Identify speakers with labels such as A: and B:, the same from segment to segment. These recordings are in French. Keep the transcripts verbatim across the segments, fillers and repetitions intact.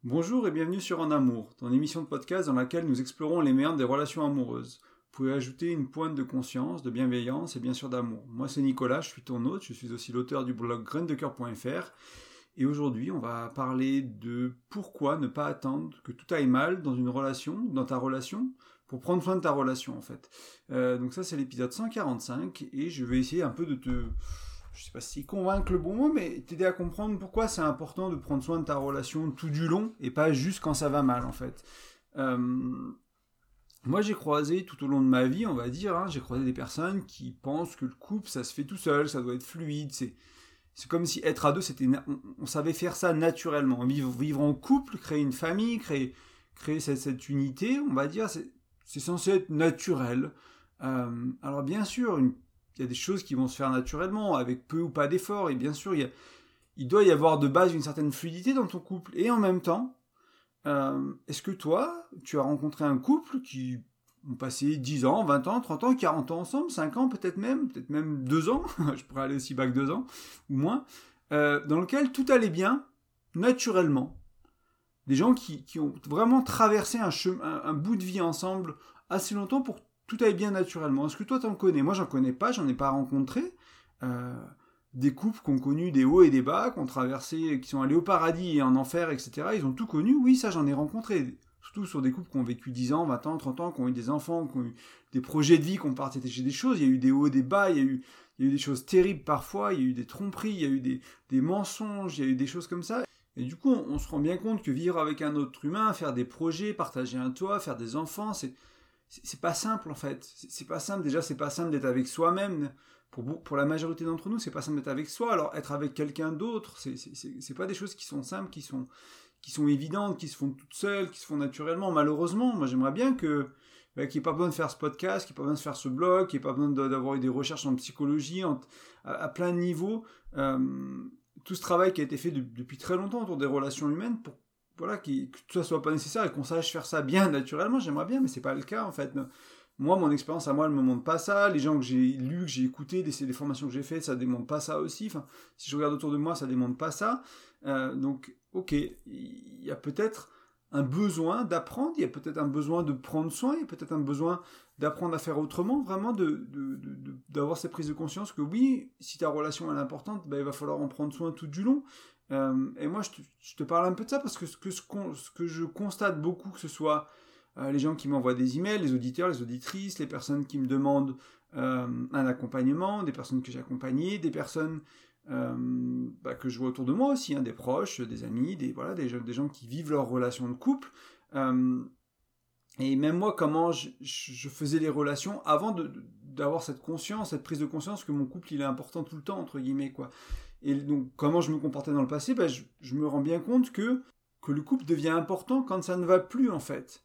A: Bonjour et bienvenue sur En Amour, ton émission de podcast dans laquelle nous explorons les méandres des relations amoureuses. Vous pouvez ajouter une pointe de conscience, de bienveillance et bien sûr d'amour. Moi c'est Nicolas, je suis ton hôte, je suis aussi l'auteur du blog graines de coeur point f r et aujourd'hui on va parler de pourquoi ne pas attendre que tout aille mal dans une relation, dans ta relation, pour prendre soin de ta relation en fait. Euh, donc ça c'est l'épisode cent quarante-cinq et je vais essayer un peu de te... je sais pas si convaincre le bon mot, mais t'aider à comprendre pourquoi c'est important de prendre soin de ta relation tout du long et pas juste quand ça va mal en fait. Euh, moi j'ai croisé tout au long de ma vie, on va dire, hein, j'ai croisé des personnes qui pensent que le couple ça se fait tout seul, ça doit être fluide, c'est, c'est comme si être à deux, c'était na- on, on savait faire ça naturellement. Vivre, vivre en couple, créer une famille, créer, créer cette, cette unité, on va dire, c'est, c'est censé être naturel. Euh, alors bien sûr, une il y a des choses qui vont se faire naturellement, avec peu ou pas d'efforts, et bien sûr, il, y a, il doit y avoir de base une certaine fluidité dans ton couple. Et en même temps, euh, est-ce que toi, tu as rencontré un couple qui ont passé dix ans, vingt ans, trente ans, quarante ans ensemble, cinq ans peut-être même, peut-être même deux ans, je pourrais aller aussi bas que deux ans, ou moins, euh, dans lequel tout allait bien, naturellement. Des gens qui, qui ont vraiment traversé un, chemin, un, un bout de vie ensemble assez longtemps pour tout aille bien naturellement. Est-ce que toi t'en connais? Moi j'en connais pas, j'en ai pas rencontré. Euh, des couples qui ont connu des hauts et des bas, qui ont traversé, qui sont allés au paradis et en enfer, et cetera. Ils ont tout connu, oui, ça j'en ai rencontré. Surtout sur des couples qui ont vécu dix ans, vingt ans, trente ans, qui ont eu des enfants, qui ont eu des projets de vie, qui ont partagé des choses. Il y a eu des hauts et des bas, il y a eu, il y a eu des choses terribles parfois, il y a eu des tromperies, il y a eu des, des mensonges, il y a eu des choses comme ça. Et du coup, on, on se rend bien compte que vivre avec un autre humain, faire des projets, partager un toit, faire des enfants, c'est c'est pas simple en fait. C'est pas simple. Déjà, c'est pas simple d'être avec soi-même. Pour, pour la majorité d'entre nous, c'est pas simple d'être avec soi. Alors, être avec quelqu'un d'autre, c'est, c'est, c'est, c'est pas des choses qui sont simples, qui sont, qui sont évidentes, qui se font toutes seules, qui se font naturellement. Malheureusement, moi, j'aimerais bien que bah, qu'il n'y ait pas besoin de faire ce podcast, qu'il n'y ait pas besoin de faire ce blog, qu'il n'y ait pas besoin de, d'avoir eu des recherches en psychologie en, à, à plein de niveaux. Euh, tout ce travail qui a été fait de, depuis très longtemps autour des relations humaines pour voilà, qui, que tout ça soit pas nécessaire et qu'on sache faire ça bien naturellement, j'aimerais bien, mais c'est pas le cas en fait. Moi, mon expérience à moi, elle me montre pas ça. Les gens que j'ai lus, que j'ai écoutés, les, les formations que j'ai faites, ça démontre pas ça aussi. Enfin, si je regarde autour de moi, ça démontre pas ça. Euh, donc, ok, il y a peut-être un besoin d'apprendre, il y a peut-être un besoin de prendre soin, il y a peut-être un besoin d'apprendre à faire autrement, vraiment de, de, de, de, d'avoir cette prise de conscience que oui, si ta relation est importante, ben, il va falloir en prendre soin tout du long. Euh, et moi, je te, je te parle un peu de ça parce que ce que, ce, ce que je constate beaucoup, que ce soit euh, les gens qui m'envoient des emails, les auditeurs, les auditrices, les personnes qui me demandent euh, un accompagnement, des personnes que j'ai accompagnées, des personnes euh, bah, que je vois autour de moi aussi, hein, des proches, des amis, des, voilà, des, des gens qui vivent leur relation de couple. Euh, et même moi, comment je, je faisais les relations avant de, de, d'avoir cette conscience, cette prise de conscience que mon couple, il est important tout le temps, entre guillemets, quoi. Et donc, comment je me comportais dans le passé, ben, je, je me rends bien compte que, que le couple devient important quand ça ne va plus, en fait.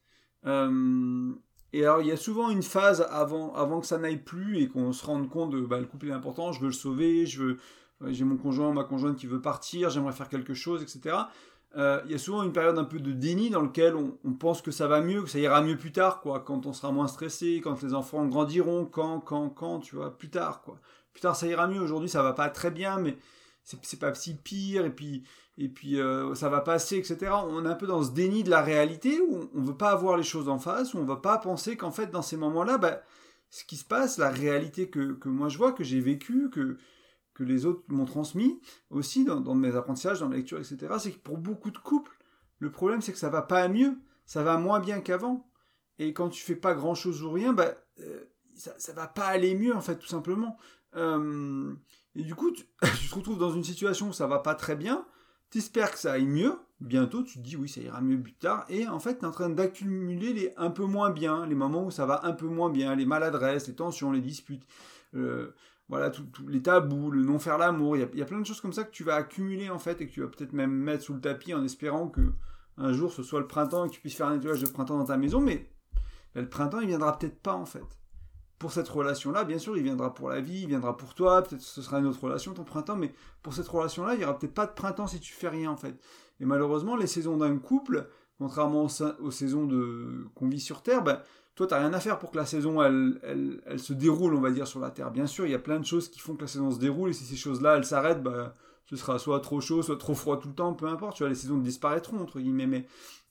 A: Euh, et alors, il y a souvent une phase avant, avant que ça n'aille plus et qu'on se rende compte de bah, le couple est important, je veux le sauver, je veux, j'ai mon conjoint, ma conjointe qui veut partir, j'aimerais faire quelque chose, et cetera. Euh, il y a souvent une période un peu de déni dans laquelle on, on pense que ça va mieux, que ça ira mieux plus tard, quoi, quand on sera moins stressé, quand les enfants grandiront, quand, quand, quand, tu vois, plus tard, quoi. Plus tard, ça ira mieux. Aujourd'hui, ça va pas très bien, mais c'est, c'est pas si pire, et puis, et puis euh, ça va passer, et cetera. On est un peu dans ce déni de la réalité, où on veut pas avoir les choses en face, où on va pas penser qu'en fait, dans ces moments-là, bah, ce qui se passe, la réalité que, que moi je vois, que j'ai vécue, que, que les autres m'ont transmis aussi dans, dans mes apprentissages, dans mes lectures, et cetera, c'est que pour beaucoup de couples, le problème c'est que ça va pas mieux, ça va moins bien qu'avant. Et quand tu fais pas grand chose ou rien, bah, euh, ça, ça va pas aller mieux en fait, tout simplement. Euh, et du coup, tu, tu te retrouves dans une situation où ça va pas très bien, t'espères que ça aille mieux, bientôt tu te dis oui ça ira mieux plus tard, et en fait t'es en train d'accumuler les un peu moins bien, les moments où ça va un peu moins bien, les maladresses, les tensions, les disputes, euh, voilà, tous les tabous, le non faire l'amour, il y, y a plein de choses comme ça que tu vas accumuler en fait, et que tu vas peut-être même mettre sous le tapis en espérant que un jour ce soit le printemps et que tu puisses faire un nettoyage de printemps dans ta maison, mais ben, le printemps il viendra peut-être pas en fait. Pour cette relation-là, bien sûr, il viendra pour la vie, il viendra pour toi, peut-être que ce sera une autre relation, ton printemps, mais pour cette relation-là, il n'y aura peut-être pas de printemps si tu fais rien, en fait. Et malheureusement, les saisons d'un couple, contrairement aux, aux saisons de, qu'on vit sur Terre, ben, toi, tu n'as rien à faire pour que la saison, elle, elle, elle se déroule, on va dire, sur la Terre. Bien sûr, il y a plein de choses qui font que la saison se déroule, et si ces choses-là, elles s'arrêtent, ben, ce sera soit trop chaud, soit trop froid tout le temps, peu importe, tu vois, les saisons disparaîtront, entre guillemets, mais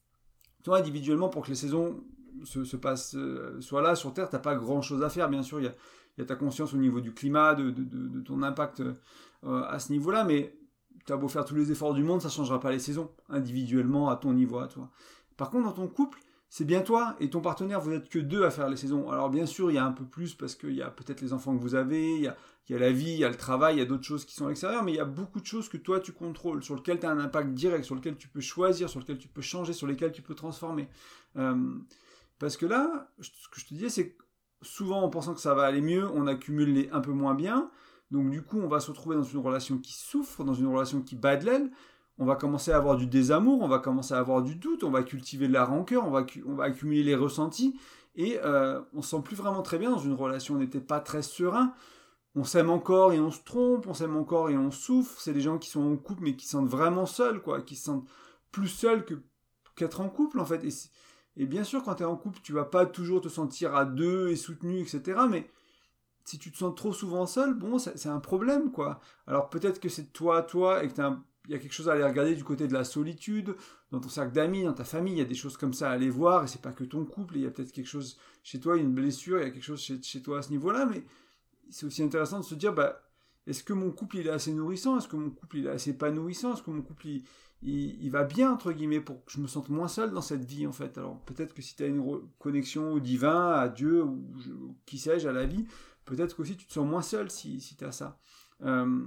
A: toi, individuellement, pour que les saisons se, se passent, euh, soient là, sur Terre, t'as pas grand-chose à faire, bien sûr, il y a, il y a ta conscience au niveau du climat, de, de, de, de ton impact euh, à ce niveau-là, mais t'as beau faire tous les efforts du monde, ça changera pas les saisons, individuellement, à ton niveau, à toi. Par contre, dans ton couple, c'est bien toi et ton partenaire, vous n'êtes que deux à faire les saisons. Alors bien sûr, il y a un peu plus parce qu'il y a peut-être les enfants que vous avez, il y a, il y a la vie, il y a le travail, il y a d'autres choses qui sont à l'extérieur, mais il y a beaucoup de choses que toi tu contrôles, sur lesquelles tu as un impact direct, sur lesquelles tu peux choisir, sur lesquelles tu peux changer, sur lesquelles tu peux transformer. Euh, parce que là, ce que je te disais, c'est que souvent en pensant que ça va aller mieux, on accumule les un peu moins bien, donc du coup on va se retrouver dans une relation qui souffre, dans une relation qui bat de l'aile. On va commencer à avoir du désamour, on va commencer à avoir du doute, on va cultiver de la rancœur, on va, on va accumuler les ressentis, et euh, on se sent plus vraiment très bien dans une relation, on n'était pas très serein, on s'aime encore et on se trompe, on s'aime encore et on souffre, c'est des gens qui sont en couple mais qui se sentent vraiment seuls, quoi, qui se sentent plus seuls que, qu'être en couple, en fait, et, et bien sûr, quand tu es en couple, tu vas pas toujours te sentir à deux et soutenu, et cetera, mais si tu te sens trop souvent seul, bon, c'est, c'est un problème, quoi. Alors peut-être que c'est toi, toi, et que t'as un il y a quelque chose à aller regarder du côté de la solitude, dans ton cercle d'amis, dans ta famille, il y a des choses comme ça à aller voir, et c'est pas que ton couple, il y a peut-être quelque chose chez toi, une blessure, il y a quelque chose chez, chez toi à ce niveau-là, mais c'est aussi intéressant de se dire, bah, est-ce que mon couple il est assez nourrissant, est-ce que mon couple il est assez épanouissant, est-ce que mon couple il, il, il va bien, entre guillemets, pour que je me sente moins seul dans cette vie, en fait. Alors peut-être que si tu as une re- connexion au divin, à Dieu, ou je, qui sais-je, à la vie, peut-être qu'aussi tu te sens moins seul si, si tu as ça. Euh,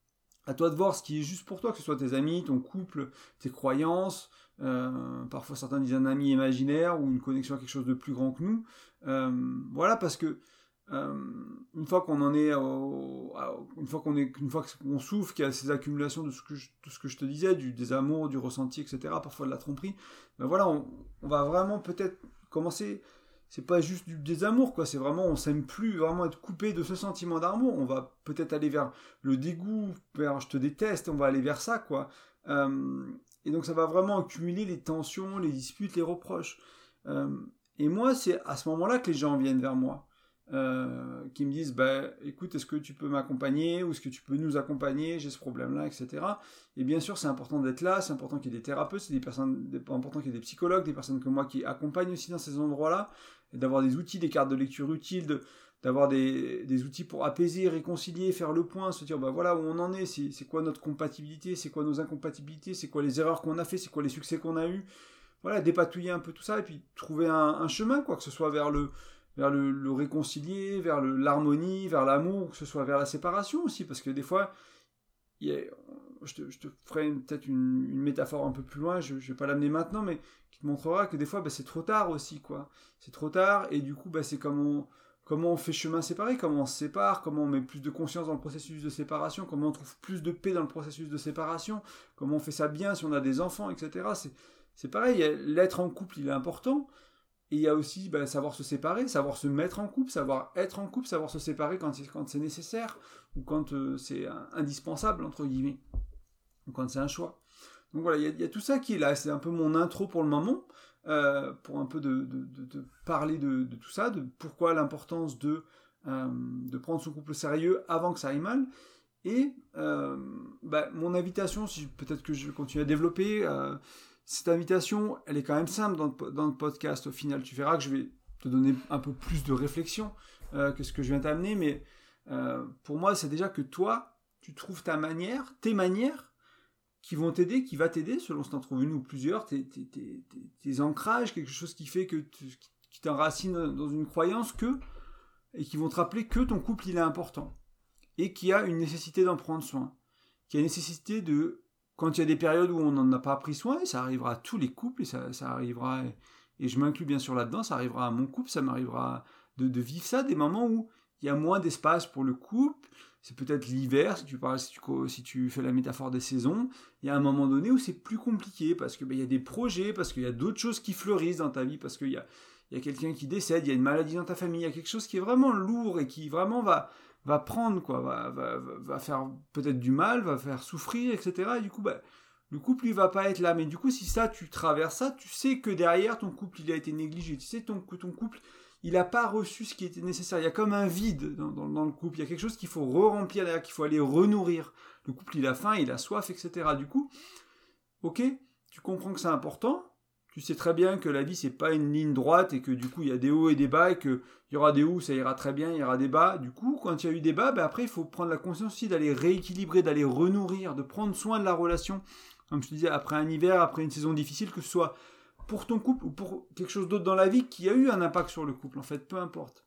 A: À toi de voir ce qui est juste pour toi, que ce soit tes amis, ton couple, tes croyances, euh, parfois certains disent un ami imaginaire ou une connexion à quelque chose de plus grand que nous. Euh, voilà, parce que euh, une fois qu'on en est, au, à, une fois qu'on est, une fois qu'on souffre, qu'il y a ces accumulations de ce que je, de ce que je te disais, du désamour, du ressenti, et cetera, parfois de la tromperie, ben voilà, on, on va vraiment peut-être commencer. C'est pas juste du désamour, quoi. C'est vraiment, on s'aime plus, vraiment être coupé de ce sentiment d'amour. On va peut-être aller vers le dégoût, vers je te déteste, on va aller vers ça, quoi. Euh, et donc ça va vraiment accumuler les tensions, les disputes, les reproches. Euh, et moi, c'est à ce moment-là que les gens viennent vers moi. Euh, qui me disent, bah, écoute, est-ce que tu peux m'accompagner, ou est-ce que tu peux nous accompagner, j'ai ce problème-là, et cetera. Et bien sûr, c'est important d'être là, c'est important qu'il y ait des thérapeutes, c'est des personnes, c'est important qu'il y ait des psychologues, des personnes comme moi qui accompagnent aussi dans ces endroits-là, et d'avoir des outils, des cartes de lecture utiles, de, d'avoir des, des outils pour apaiser, réconcilier, faire le point, se dire, bah voilà où on en est, c'est, c'est quoi notre compatibilité, c'est quoi nos incompatibilités, c'est quoi les erreurs qu'on a fait, c'est quoi les succès qu'on a eus, voilà, dépatouiller un peu tout ça, et puis trouver un, un chemin, quoi, que ce soit vers le vers le, le réconcilier, vers le, l'harmonie, vers l'amour, que ce soit vers la séparation aussi, parce que des fois, y a, je, te, je te ferai une, peut-être une, une métaphore un peu plus loin, je ne vais pas l'amener maintenant, mais qui te montrera que des fois, bah, c'est trop tard aussi, quoi. C'est trop tard, et du coup, bah, c'est comme on, comment on fait chemin séparé, comment on se sépare, comment on met plus de conscience dans le processus de séparation, comment on trouve plus de paix dans le processus de séparation, comment on fait ça bien si on a des enfants, et cetera. C'est, c'est pareil, l'être en couple, il est important. Et il y a aussi bah, savoir se séparer, savoir se mettre en couple, savoir être en couple, savoir se séparer quand c'est, quand c'est nécessaire, ou quand euh, c'est indispensable, entre guillemets, ou quand c'est un choix. Donc voilà, il y, y a tout ça qui est là, c'est un peu mon intro pour le moment, euh, pour un peu de, de, de, de parler de, de tout ça, de pourquoi l'importance de, euh, de prendre son couple sérieux avant que ça aille mal. Et euh, bah, mon invitation, si, peut-être que je vais continuer à développer... Euh, cette invitation, elle est quand même simple dans le, dans le podcast. Au final, tu verras que je vais te donner un peu plus de réflexion euh, que ce que je viens t'amener. Mais euh, pour moi, c'est déjà que toi, tu trouves ta manière, tes manières qui vont t'aider, qui va t'aider, selon si tu en trouves une ou plusieurs, tes, tes, tes, tes, tes ancrages, quelque chose qui fait que tu, qui t'enracine dans une croyance que, et qui vont te rappeler que ton couple, il est important. Et qu'il y a une nécessité d'en prendre soin. Qu'il y a une nécessité de... Quand il y a des périodes où on n'en a pas pris soin, et ça arrivera à tous les couples, et ça, ça arrivera, et, et je m'inclus bien sûr là-dedans, ça arrivera à mon couple, ça m'arrivera de, de vivre ça, des moments où il y a moins d'espace pour le couple, c'est peut-être l'hiver, si tu, parles, si, tu, si tu fais la métaphore des saisons, il y a un moment donné où c'est plus compliqué, parce qu'il ben, y a des projets, parce qu'il y a d'autres choses qui fleurissent dans ta vie, parce qu'il y a, y a quelqu'un qui décède, il y a une maladie dans ta famille, il y a quelque chose qui est vraiment lourd, et qui vraiment va... va prendre, quoi, va, va, va faire peut-être du mal, va faire souffrir, et cetera. Et du coup, bah, le couple, il va pas être là. Mais du coup, si ça, tu traverses ça, tu sais que derrière, ton couple, il a été négligé. Tu sais ton, que ton couple, il n'a pas reçu ce qui était nécessaire. Il y a comme un vide dans, dans, dans le couple. Il y a quelque chose qu'il faut re-remplir derrière, qu'il faut aller renourrir. Le couple, il a faim, il a soif, et cetera. Du coup, ok, tu comprends que c'est important. Tu sais très bien que la vie, c'est pas une ligne droite et que du coup, il y a des hauts et des bas et qu'il y aura des hauts, ça ira très bien, il y aura des bas. Du coup, quand il y a eu des bas, ben après, il faut prendre la conscience aussi d'aller rééquilibrer, d'aller renourrir, de prendre soin de la relation. Comme je te disais, après un hiver, après une saison difficile, que ce soit pour ton couple ou pour quelque chose d'autre dans la vie qui a eu un impact sur le couple, en fait, peu importe.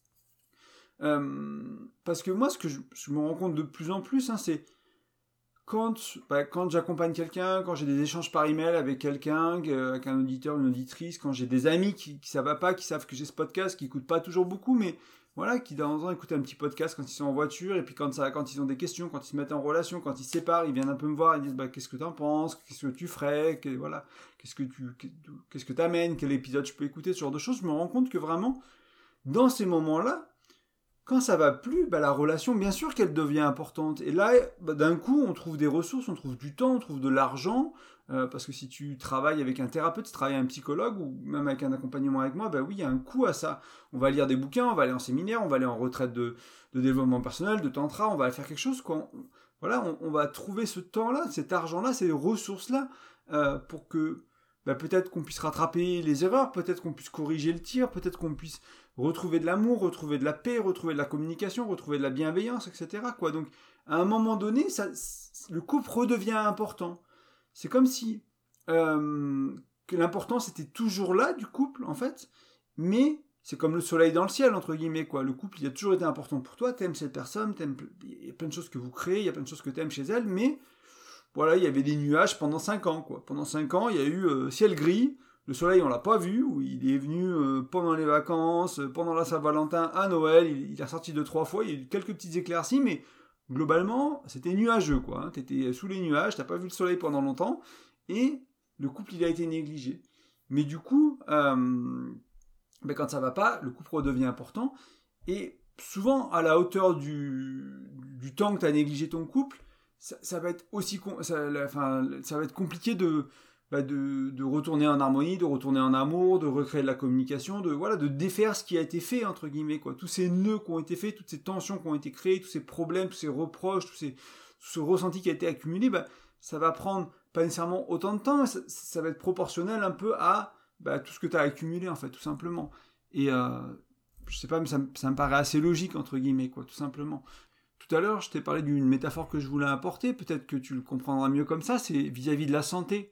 A: Euh, parce que moi, ce que je, je me rends compte de plus en plus, hein, c'est Quand, bah, quand j'accompagne quelqu'un, quand j'ai des échanges par email avec quelqu'un, avec un auditeur, une auditrice, quand j'ai des amis qui, qui savent pas, qui savent que j'ai ce podcast, qui écoutent pas toujours beaucoup, mais voilà, qui d'un temps écoutent un petit podcast quand ils sont en voiture, et puis quand, ça, quand ils ont des questions, quand ils se mettent en relation, quand ils se séparent, ils viennent un peu me voir, ils disent bah, qu'est-ce que tu en penses, qu'est-ce que tu ferais, que, voilà, qu'est-ce que tu qu'est-ce que t'amènes, quel épisode je peux écouter, ce genre de choses. Je me rends compte que vraiment, dans ces moments-là, quand ça va plus, bah, la relation, bien sûr qu'elle devient importante. Et là, bah, d'un coup, on trouve des ressources, on trouve du temps, on trouve de l'argent. Euh, parce que si tu travailles avec un thérapeute, si tu travailles avec un psychologue, ou même avec un accompagnement avec moi, bah oui, il y a un coût à ça. On va lire des bouquins, on va aller en séminaire, on va aller en retraite de, de développement personnel, de tantra, on va faire quelque chose. Quoi. On, voilà, on, on va trouver ce temps-là, cet argent-là, ces ressources-là, euh, pour que bah, peut-être qu'on puisse rattraper les erreurs, peut-être qu'on puisse corriger le tir, peut-être qu'on puisse retrouver de l'amour, retrouver de la paix, retrouver de la communication, retrouver de la bienveillance, et cetera. Quoi. Donc, à un moment donné, ça, le couple redevient important. C'est comme si euh, que l'importance était toujours là du couple, en fait, mais c'est comme le soleil dans le ciel, entre guillemets. Quoi. Le couple, il a toujours été important pour toi, t'aimes cette personne, t'aimes, il y a plein de choses que vous créez, il y a plein de choses que t'aimes chez elle, mais voilà, il y avait des nuages pendant cinq ans. Quoi. Pendant cinq ans, il y a eu euh, ciel gris. Le soleil, on l'a pas vu, ou il est venu euh, pendant les vacances, pendant la Saint-Valentin, à Noël, il, il est sorti deux, trois fois, il y a eu quelques petites éclaircies, mais globalement, c'était nuageux, quoi. Hein. T'étais sous les nuages, t'as pas vu le soleil pendant longtemps, et le couple, il a été négligé. Mais du coup, euh, ben quand ça va pas, le couple redevient important, et souvent, à la hauteur du, du temps que t'as négligé ton couple, ça, ça va être aussi, ça, la, enfin, ça va être compliqué de Bah de, de retourner en harmonie, de retourner en amour, de recréer de la communication, de, voilà, de défaire ce qui a été fait, entre guillemets, quoi. Tous ces nœuds qui ont été faits, toutes ces tensions qui ont été créées, tous ces problèmes, tous ces reproches, tous ces, tout ce ressenti qui a été accumulé, bah, ça va prendre pas nécessairement autant de temps, mais ça, ça va être proportionnel un peu à bah, tout ce que tu as accumulé, en fait, tout simplement. Et euh, je sais pas, mais ça, ça me paraît assez logique, entre guillemets, quoi, tout simplement. Tout à l'heure, je t'ai parlé d'une métaphore que je voulais apporter, peut-être que tu le comprendras mieux comme ça, c'est vis-à-vis de la santé.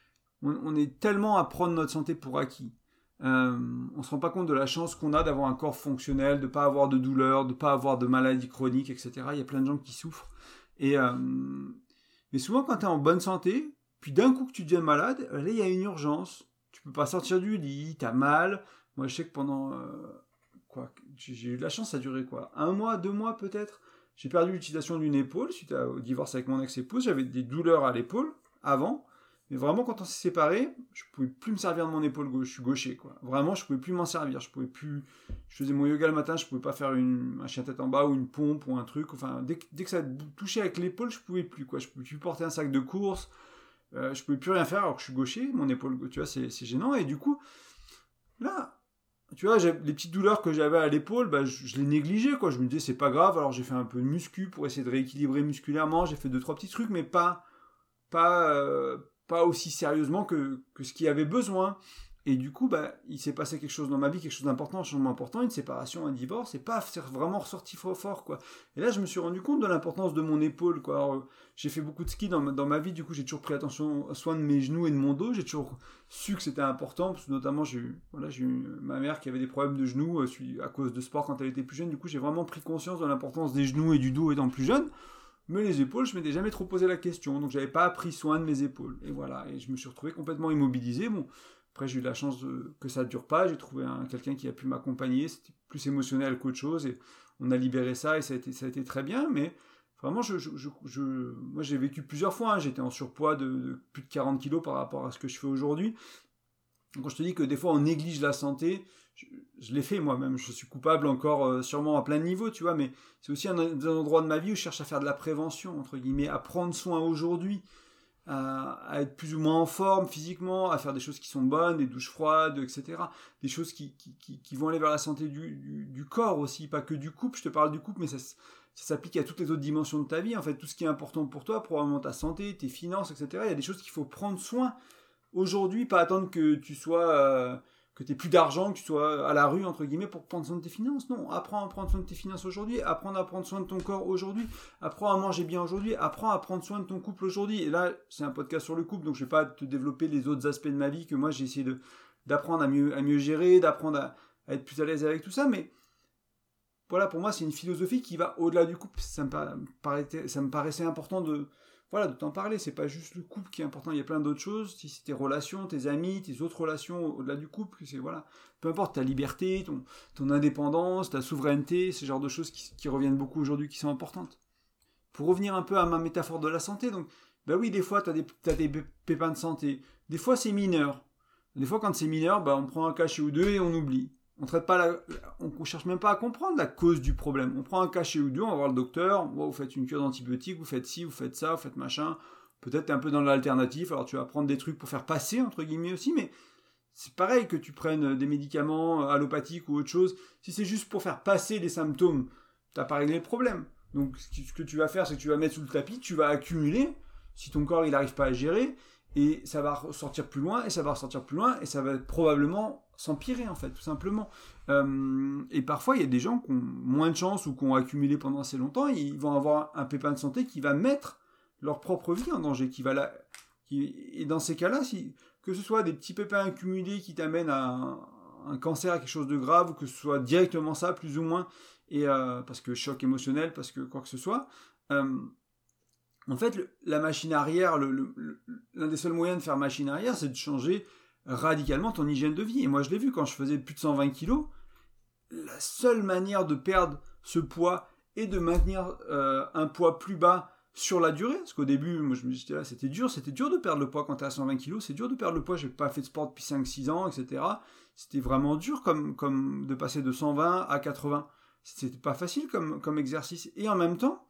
A: On est tellement à prendre notre santé pour acquis. Euh, on ne se rend pas compte de la chance qu'on a d'avoir un corps fonctionnel, de ne pas avoir de douleurs, de ne pas avoir de maladies chroniques, et cetera. Il y a plein de gens qui souffrent. Et, euh, mais souvent, quand tu es en bonne santé, puis d'un coup que tu deviens malade, là, il y a une urgence. Tu ne peux pas sortir du lit, tu as mal. Moi, je sais que pendant... Euh, quoi, j'ai eu de la chance, ça a duré quoi, un mois, deux mois peut-être. J'ai perdu l'utilisation d'une épaule suite au divorce avec mon ex-épouse. J'avais des douleurs à l'épaule avant. Mais vraiment, quand on s'est séparés, je pouvais plus me servir de mon épaule gauche. Je suis gaucher, quoi. Vraiment, je pouvais plus m'en servir. Je pouvais plus. Je faisais mon yoga le matin, je pouvais pas faire une, un chien tête en bas ou une pompe ou un truc. Enfin, dès, dès que ça touchait avec l'épaule, je pouvais plus, quoi. Je pouvais plus porter un sac de course. Euh, je pouvais plus rien faire alors que je suis gaucher. Mon épaule, tu vois, c'est, c'est gênant. Et du coup, là, tu vois, les petites douleurs que j'avais à l'épaule, bah, je, je les négligeais, quoi. Je me disais, c'est pas grave. Alors, j'ai fait un peu de muscu pour essayer de rééquilibrer musculairement. J'ai fait deux, trois petits trucs, mais pas. pas euh, pas aussi sérieusement que, que ce qu'il y avait besoin. Et du coup, bah, il s'est passé quelque chose dans ma vie, quelque chose d'important, un changement important, une séparation, un divorce, et paf, c'est vraiment ressorti fort fort, quoi. Et là, je me suis rendu compte de l'importance de mon épaule, quoi. Alors, j'ai fait beaucoup de ski dans ma, dans ma vie, du coup, j'ai toujours pris attention, soin de mes genoux et de mon dos, j'ai toujours su que c'était important, parce que notamment, j'ai eu, voilà, j'ai eu ma mère qui avait des problèmes de genoux à cause de sport quand elle était plus jeune, du coup, j'ai vraiment pris conscience de l'importance des genoux et du dos étant plus jeune. Mais les épaules, je m'étais jamais trop posé la question, donc j'avais pas pris soin de mes épaules. Et voilà, et je me suis retrouvé complètement immobilisé. Bon, après j'ai eu la chance de, que ça ne dure pas, j'ai trouvé un, quelqu'un qui a pu m'accompagner, c'était plus émotionnel qu'autre chose, et on a libéré ça, et ça a été, ça a été très bien, mais vraiment, je, je, je, je, moi j'ai vécu plusieurs fois, hein, j'étais en surpoids de, de plus de quarante kilos par rapport à ce que je fais aujourd'hui. Quand je te dis que des fois on néglige la santé, je, je l'ai fait moi-même, je suis coupable encore euh, sûrement à plein de niveaux, tu vois, mais c'est aussi un, un endroit de ma vie où je cherche à faire de la prévention, entre guillemets, à prendre soin aujourd'hui, à, à être plus ou moins en forme physiquement, à faire des choses qui sont bonnes, des douches froides, et cetera. Des choses qui, qui, qui, qui vont aller vers la santé du, du, du corps aussi, pas que du couple. Je te parle du couple, mais ça, ça s'applique à toutes les autres dimensions de ta vie. En fait, tout ce qui est important pour toi, probablement ta santé, tes finances, et cetera. Il y a des choses qu'il faut prendre soin aujourd'hui, pas attendre que tu sois... Euh, que tu n'aies plus d'argent, que tu sois à la rue, entre guillemets, pour prendre soin de tes finances. Non, apprends à prendre soin de tes finances aujourd'hui, apprends à prendre soin de ton corps aujourd'hui, apprends à manger bien aujourd'hui, apprends à prendre soin de ton couple aujourd'hui. Et là, c'est un podcast sur le couple, donc je ne vais pas te développer les autres aspects de ma vie que moi, j'ai essayé de, d'apprendre à mieux, à mieux gérer, d'apprendre à, à être plus à l'aise avec tout ça. Mais voilà, pour moi, c'est une philosophie qui va au-delà du couple. Ça me, paraissait, ça me paraissait important de... Voilà, de t'en parler, c'est pas juste le couple qui est important, il y a plein d'autres choses, si c'est tes relations, tes amis, tes autres relations au-delà du couple, c'est voilà, peu importe, ta liberté, ton, ton indépendance, ta souveraineté, ce genre de choses qui, qui reviennent beaucoup aujourd'hui, qui sont importantes. Pour revenir un peu à ma métaphore de la santé, donc, bah oui, des fois, t'as des, t'as des pépins de santé, des fois c'est mineur, des fois quand c'est mineur, bah on prend un cachet ou deux et on oublie. On traite pas la, on cherche même pas à comprendre la cause du problème. On prend un cachet ou deux, on va voir le docteur. Oh, vous faites une cure d'antibiotiques, vous faites ci, vous faites ça, vous faites machin. Peut-être t'es un peu dans l'alternatif. Alors tu vas prendre des trucs pour faire passer entre guillemets aussi, mais c'est pareil que tu prennes des médicaments allopathiques ou autre chose. Si c'est juste pour faire passer les symptômes, t'as pas réglé le problème. Donc ce que tu vas faire, c'est que tu vas mettre sous le tapis, tu vas accumuler. Si ton corps il n'arrive pas à gérer, et ça va ressortir plus loin, et ça va ressortir plus loin, et ça va probablement s'empirer en fait, tout simplement. Euh, et parfois, il y a des gens qui ont moins de chance ou qui ont accumulé pendant assez longtemps, et ils vont avoir un pépin de santé qui va mettre leur propre vie en danger, qui va la... qui... et dans ces cas-là, si... que ce soit des petits pépins accumulés qui t'amènent à un, un cancer, à quelque chose de grave, ou que ce soit directement ça, plus ou moins, et euh, parce que choc émotionnel, parce que quoi que ce soit, euh, en fait, le, la machine arrière, le, le, le, l'un des seuls moyens de faire machine arrière, c'est de changer radicalement ton hygiène de vie. Et moi, je l'ai vu quand je faisais plus de cent vingt kilos. La seule manière de perdre ce poids et de maintenir euh, un poids plus bas sur la durée, parce qu'au début, moi, je me disais, là, c'était dur, c'était dur de perdre le poids quand tu es à cent vingt kilos, c'est dur de perdre le poids, j'ai pas fait de sport depuis cinq six ans, et cetera. C'était vraiment dur comme, comme de passer de cent vingt à quatre-vingts. C'était pas facile comme, comme exercice. Et en même temps,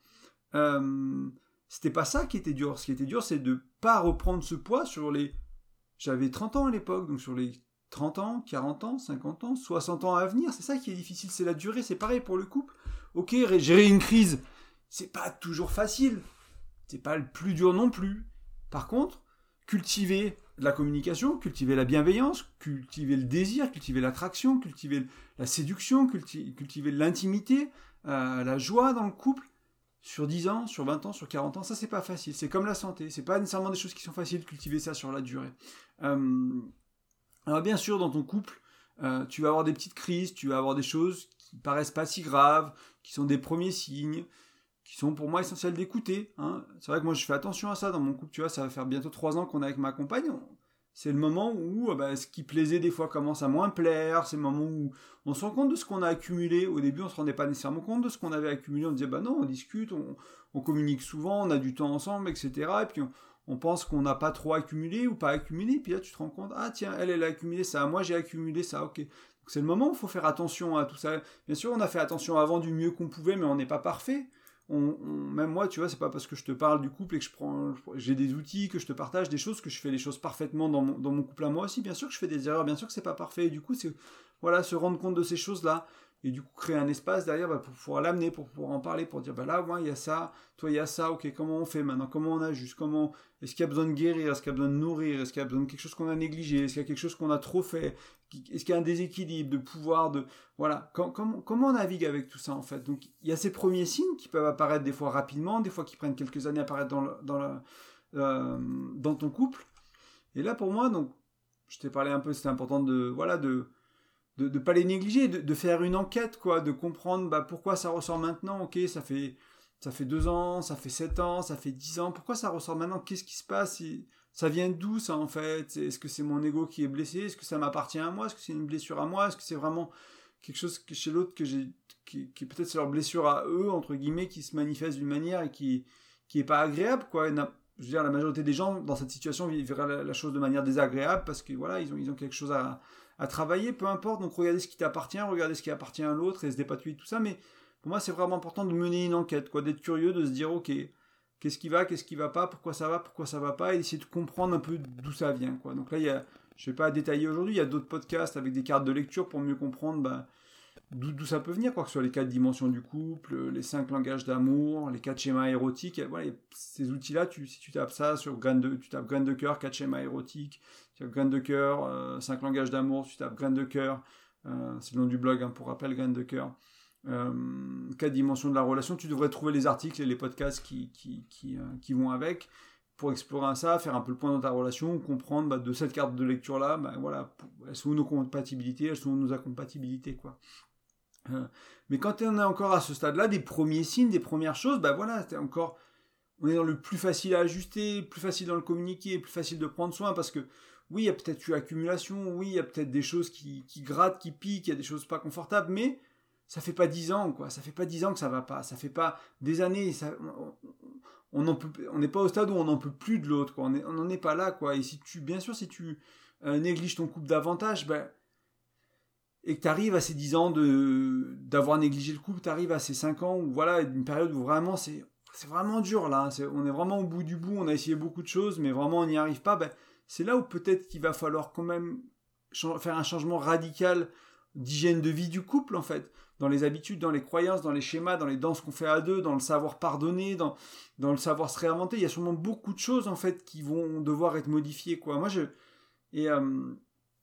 A: euh, c'était pas ça qui était dur. Ce qui était dur, c'est de pas reprendre ce poids sur les... J'avais trente ans à l'époque, donc sur les trente ans, quarante ans, cinquante ans, soixante ans à venir, c'est ça qui est difficile, c'est la durée, c'est pareil pour le couple. Ok, gérer une crise, c'est pas toujours facile, c'est pas le plus dur non plus. Par contre, cultiver la communication, cultiver la bienveillance, cultiver le désir, cultiver l'attraction, cultiver la séduction, culti- cultiver l'intimité, euh, la joie dans le couple, sur dix ans, sur vingt ans, sur quarante ans, ça c'est pas facile. C'est comme la santé, c'est pas nécessairement des choses qui sont faciles de cultiver ça sur la durée. Euh, alors bien sûr, dans ton couple, euh, tu vas avoir des petites crises, tu vas avoir des choses qui paraissent pas si graves, qui sont des premiers signes, qui sont pour moi essentiels d'écouter. Hein. C'est vrai que moi je fais attention à ça dans mon couple, tu vois, ça va faire bientôt trois ans qu'on est avec ma compagne. C'est le moment où bah, ce qui plaisait des fois commence à moins plaire, c'est le moment où on se rend compte de ce qu'on a accumulé. Au début, on ne se rendait pas nécessairement compte de ce qu'on avait accumulé, on disait bah non, on discute, on, on communique souvent, on a du temps ensemble, et cetera. Et puis on, on pense qu'on n'a pas trop accumulé ou pas accumulé, puis là tu te rends compte, ah tiens, elle, elle a accumulé ça, moi j'ai accumulé ça, ok. Donc c'est le moment où il faut faire attention à tout ça. Bien sûr, on a fait attention avant du mieux qu'on pouvait, mais on n'est pas parfait. On, on, même moi, tu vois, c'est pas parce que je te parle du couple et que je prends, j'ai des outils, que je te partage des choses, que je fais les choses parfaitement dans mon, dans mon couple à moi aussi. Bien sûr que je fais des erreurs, bien sûr que c'est pas parfait. Et du coup, c'est voilà, se rendre compte de ces choses-là. Et du coup, créer un espace derrière bah, pour pouvoir l'amener, pour pouvoir en parler, pour dire, bah là, moi, il y a ça, toi, il y a ça, ok, comment on fait maintenant, comment on ajuste, comment, est-ce qu'il y a besoin de guérir, est-ce qu'il y a besoin de nourrir, est-ce qu'il y a besoin de quelque chose qu'on a négligé, est-ce qu'il y a quelque chose qu'on a trop fait, est-ce qu'il y a un déséquilibre de pouvoir, de, voilà, com- com- comment on navigue avec tout ça, en fait. Donc, il y a ces premiers signes qui peuvent apparaître des fois rapidement, des fois qui prennent quelques années à apparaître dans, le, dans, la, euh, dans ton couple. Et là, pour moi, donc, je t'ai parlé un peu, c'était important de, voilà, de, de ne pas les négliger, de, de faire une enquête, quoi, de comprendre bah, pourquoi ça ressort maintenant, ok, ça fait, ça fait deux ans, ça fait sept ans, ça fait dix ans, pourquoi ça ressort maintenant, qu'est-ce qui se passe, ça vient d'où ça en fait, est-ce que c'est mon ego qui est blessé, est-ce que ça m'appartient à moi, est-ce que c'est une blessure à moi, est-ce que c'est vraiment quelque chose que chez l'autre que j'ai, qui, qui peut-être c'est leur blessure à eux, entre guillemets, qui se manifeste d'une manière et qui, qui est pas agréable, quoi. Je veux dire, la majorité des gens dans cette situation vivraient la, la chose de manière désagréable parce que voilà, ils ont, ils ont quelque chose à à travailler, peu importe, donc regardez ce qui t'appartient, regardez ce qui appartient à l'autre, et se dépatouiller tout ça, mais pour moi c'est vraiment important de mener une enquête, quoi, d'être curieux, de se dire ok, qu'est-ce qui va, qu'est-ce qui va pas, pourquoi ça va, pourquoi ça va pas, et essayer de comprendre un peu d'où ça vient, quoi. Donc là, il y a, je vais pas détailler aujourd'hui, il y a d'autres podcasts avec des cartes de lecture pour mieux comprendre bah, d'où, d'où ça peut venir, quoi, que ce soit les quatre dimensions du couple, les cinq langages d'amour, les quatre schémas érotiques. Voilà, ces outils-là, tu, si tu tapes ça sur graines de, tu tapes graines de cœur, quatre schémas érotiques, tu tapes graines de cœur, euh, cinq langages d'amour, tu tapes graines de cœur, euh, c'est le nom du blog, hein, pour rappel, graines de cœur. Euh, quatre dimensions de la relation, tu devrais trouver les articles et les podcasts qui, qui, qui, euh, qui vont avec pour explorer ça, faire un peu le point dans ta relation, comprendre bah, de cette carte de lecture là, bah, voilà, elles sont où nos compatibilités, elles sont où nos incompatibilités, quoi. Euh, mais quand on est encore à ce stade là, des premiers signes, des premières choses, bah voilà, c'est encore, on est dans le plus facile à ajuster, plus facile dans le communiquer, plus facile de prendre soin, parce que oui, il y a peut-être eu accumulation, oui, il y a peut-être des choses qui, qui grattent, qui piquent, il y a des choses pas confortables, mais ça fait pas dix ans, quoi. Ça fait pas dix ans que ça va pas. Ça fait pas des années. Ça, on on on n'est pas au stade où on n'en peut plus de l'autre, quoi. On n'en est pas là, quoi. Et si tu, bien sûr, si tu euh, négliges ton couple davantage, ben, et que tu arrives à ces dix ans de, d'avoir négligé le couple, tu arrives à ces cinq ans, où voilà, une période où vraiment c'est, c'est vraiment dur, là. C'est, on est vraiment au bout du bout, on a essayé beaucoup de choses, mais vraiment on n'y arrive pas. Ben, c'est là où peut-être qu'il va falloir quand même faire un changement radical d'hygiène de vie du couple, en fait. Dans les habitudes, dans les croyances, dans les schémas, dans les danses qu'on fait à deux, dans le savoir pardonner, dans, dans le savoir se réinventer. Il y a sûrement beaucoup de choses, en fait, qui vont devoir être modifiées, quoi. Moi, je... Et euh,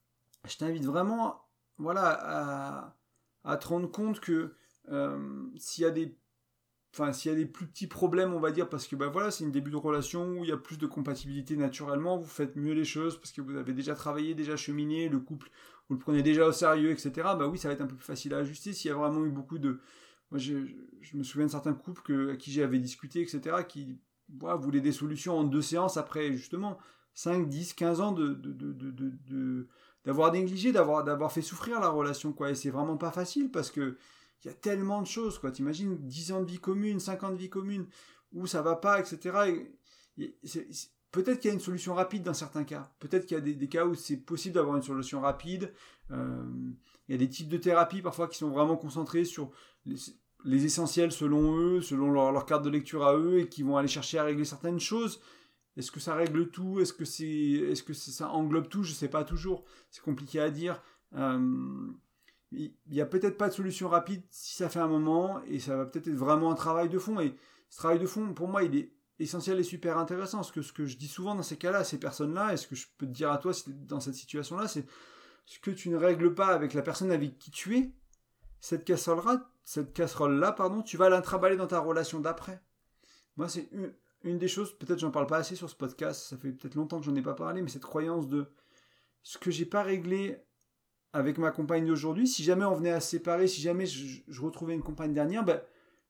A: je t'invite vraiment, voilà, à, à te rendre compte que euh, s'il y a des... Enfin, s'il y a des plus petits problèmes, on va dire, parce que bah, voilà, c'est une début de relation où il y a plus de compatibilité naturellement, vous faites mieux les choses parce que vous avez déjà travaillé, déjà cheminé, le couple, vous le prenez déjà au sérieux, et cetera. Bah oui, ça va être un peu plus facile à ajuster. S'il y a vraiment eu beaucoup de... Moi, je, je me souviens de certains couples que, à qui j'avais discuté, et cetera, qui voilà, voulaient des solutions en deux séances après, justement, cinq, dix, quinze ans de, de, de, de, de, de, d'avoir négligé, d'avoir, d'avoir fait souffrir la relation, quoi. Et c'est vraiment pas facile parce que il y a tellement de choses, quoi. T'imagines dix ans de vie commune, cinq ans de vie commune, où ça va pas, et cetera. Et, et c'est, c'est, peut-être qu'il y a une solution rapide dans certains cas. Peut-être qu'il y a des, des cas où c'est possible d'avoir une solution rapide. Euh, il y a des types de thérapies parfois qui sont vraiment concentrés sur les, les essentiels selon eux, selon leur, leur carte de lecture à eux, et qui vont aller chercher à régler certaines choses. Est-ce que ça règle tout ? Est-ce que, c'est, est-ce que c'est, ça englobe tout ? Je sais pas toujours. C'est compliqué à dire. Euh, il n'y a peut-être pas de solution rapide si ça fait un moment, et ça va peut-être être vraiment un travail de fond. Et ce travail de fond, pour moi, il est essentiel et super intéressant. Ce que, ce que je dis souvent dans ces cas-là, à ces personnes-là, et ce que je peux te dire à toi si tu es dans cette situation-là, c'est ce que tu ne règles pas avec la personne avec qui tu es, cette casserole-là, cette casserole-là, pardon, tu vas la trimballer dans ta relation d'après. Moi, c'est une, une des choses, peut-être j'en parle pas assez sur ce podcast, ça fait peut-être longtemps que j'en ai pas parlé, mais cette croyance de ce que j'ai pas réglé avec ma compagne d'aujourd'hui, si jamais on venait à se séparer, si jamais je, je retrouvais une compagne dernière, ben,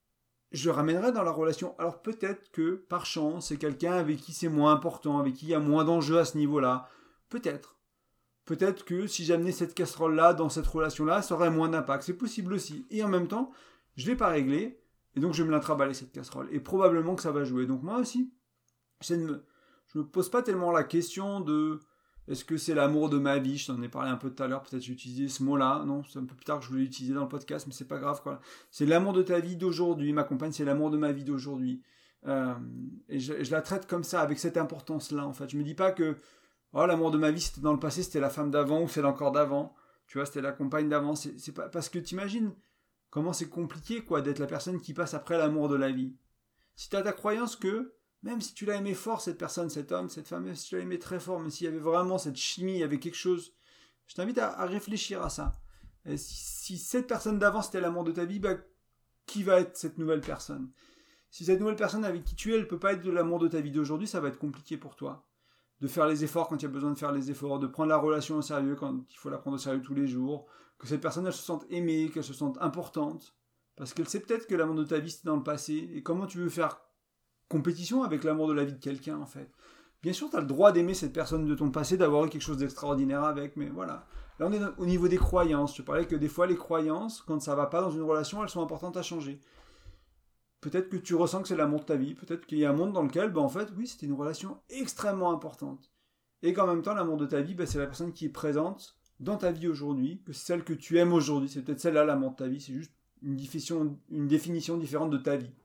A: je le ramènerais dans la relation. Alors peut-être que, par chance, c'est quelqu'un avec qui c'est moins important, avec qui il y a moins d'enjeux à ce niveau-là. Peut-être. Peut-être que si j'amenais cette casserole-là dans cette relation-là, ça aurait moins d'impact. C'est possible aussi. Et en même temps, je ne l'ai pas réglé, et donc je vais me la trimballer, cette casserole. Et probablement que ça va jouer. Donc moi aussi, je ne me, je me pose pas tellement la question de... Est-ce que c'est l'amour de ma vie ? Je t'en ai parlé un peu tout à l'heure, peut-être j'ai utilisé ce mot-là. Non, c'est un peu plus tard que je voulais l'utiliser dans le podcast, mais c'est pas grave, quoi. C'est l'amour de ta vie d'aujourd'hui. Ma compagne, c'est l'amour de ma vie d'aujourd'hui. Euh, et je, je la traite comme ça, avec cette importance-là, en fait. Je me dis pas que oh, l'amour de ma vie, c'était dans le passé, c'était la femme d'avant, ou c'est l'encore d'avant. Tu vois, c'était la compagne d'avant. C'est, c'est pas... Parce que t'imagines comment c'est compliqué, quoi, d'être la personne qui passe après l'amour de la vie. Si t'as ta croyance que même si tu l'as aimé fort, cette personne, cet homme, cette femme, même si tu l'as aimé très fort, mais s'il y avait vraiment cette chimie, il y avait quelque chose, je t'invite à, à réfléchir à ça. Et si, si cette personne d'avant, c'était l'amour de ta vie, bah, qui va être cette nouvelle personne ? Si cette nouvelle personne avec qui tu es, elle ne peut pas être de l'amour de ta vie d'aujourd'hui, ça va être compliqué pour toi. De faire les efforts quand il y a besoin de faire les efforts, de prendre la relation au sérieux quand il faut la prendre au sérieux tous les jours, que cette personne, elle se sente aimée, qu'elle se sente importante, parce qu'elle sait peut-être que l'amour de ta vie, c'était dans le passé, et comment tu veux faire compétition avec l'amour de la vie de quelqu'un, en fait. Bien sûr, tu as le droit d'aimer cette personne de ton passé, d'avoir eu quelque chose d'extraordinaire avec, mais voilà. Là, on est au niveau des croyances. Je te parlais que des fois, les croyances, quand ça va pas dans une relation, elles sont importantes à changer. Peut-être que tu ressens que c'est l'amour de ta vie, peut-être qu'il y a un monde dans lequel, ben, en fait, oui, c'était une relation extrêmement importante. Et qu'en même temps, l'amour de ta vie, ben, c'est la personne qui est présente dans ta vie aujourd'hui, que c'est celle que tu aimes aujourd'hui. C'est peut-être celle-là, l'amour de ta vie, c'est juste une définition, une définition différente de ta vie.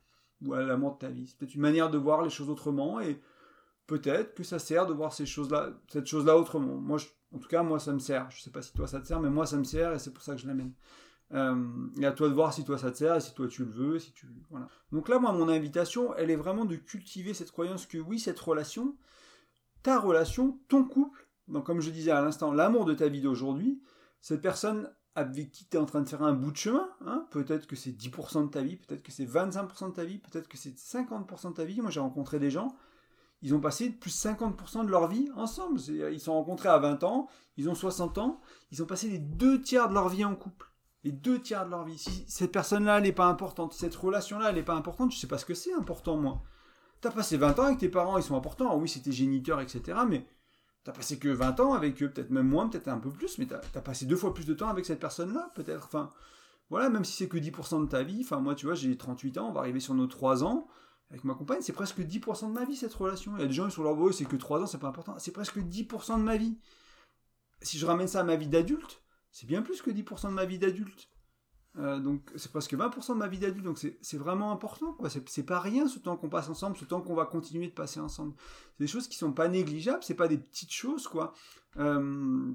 A: ou à l'amour de ta vie. C'est peut-être une manière de voir les choses autrement et peut-être que ça sert de voir ces choses-là, cette chose-là autrement. Moi, je, en tout cas, moi, ça me sert. Je sais pas si toi, ça te sert, mais moi, ça me sert et c'est pour ça que je l'amène. Euh, et à toi de voir si toi, ça te sert et si toi, tu le veux. Si tu, voilà. Donc là, moi, mon invitation, elle est vraiment de cultiver cette croyance que oui, cette relation, ta relation, ton couple, donc comme je disais à l'instant, l'amour de ta vie d'aujourd'hui, cette personne avec qui tu es en train de faire un bout de chemin, hein, peut-être que c'est dix pour cent de ta vie, peut-être que c'est vingt-cinq pour cent de ta vie, peut-être que c'est cinquante pour cent de ta vie. Moi, j'ai rencontré des gens, ils ont passé plus de cinquante pour cent de leur vie ensemble. Ils se sont rencontrés à vingt ans, ils ont soixante ans, ils ont passé les deux tiers de leur vie en couple. Les deux tiers de leur vie. Si cette personne-là, elle n'est pas importante, cette relation-là, elle n'est pas importante, je ne sais pas ce que c'est important, moi. Tu as passé vingt ans avec tes parents, ils sont importants. Ah oui, c'était géniteur, et cetera. Mais tu n'as passé que vingt ans avec eux, peut-être même moins, peut-être un peu plus, mais tu as passé deux fois plus de temps avec cette personne-là, peut-être. Enfin, voilà, même si c'est que dix pour cent de ta vie. Enfin, moi, tu vois, j'ai trente-huit ans, on va arriver sur nos trois ans. Avec ma compagne, c'est presque dix pour cent de ma vie, cette relation. Il y a des gens qui sont là, oh, c'est que trois ans, c'est pas important. C'est presque dix pour cent de ma vie. Si je ramène ça à ma vie d'adulte, c'est bien plus que dix pour cent de ma vie d'adulte. Euh, donc c'est presque vingt pour cent de ma vie d'adulte, donc c'est, c'est vraiment important, quoi. C'est, c'est pas rien ce temps qu'on passe ensemble, ce temps qu'on va continuer de passer ensemble. C'est des choses qui sont pas négligeables, c'est pas des petites choses, quoi. Euh...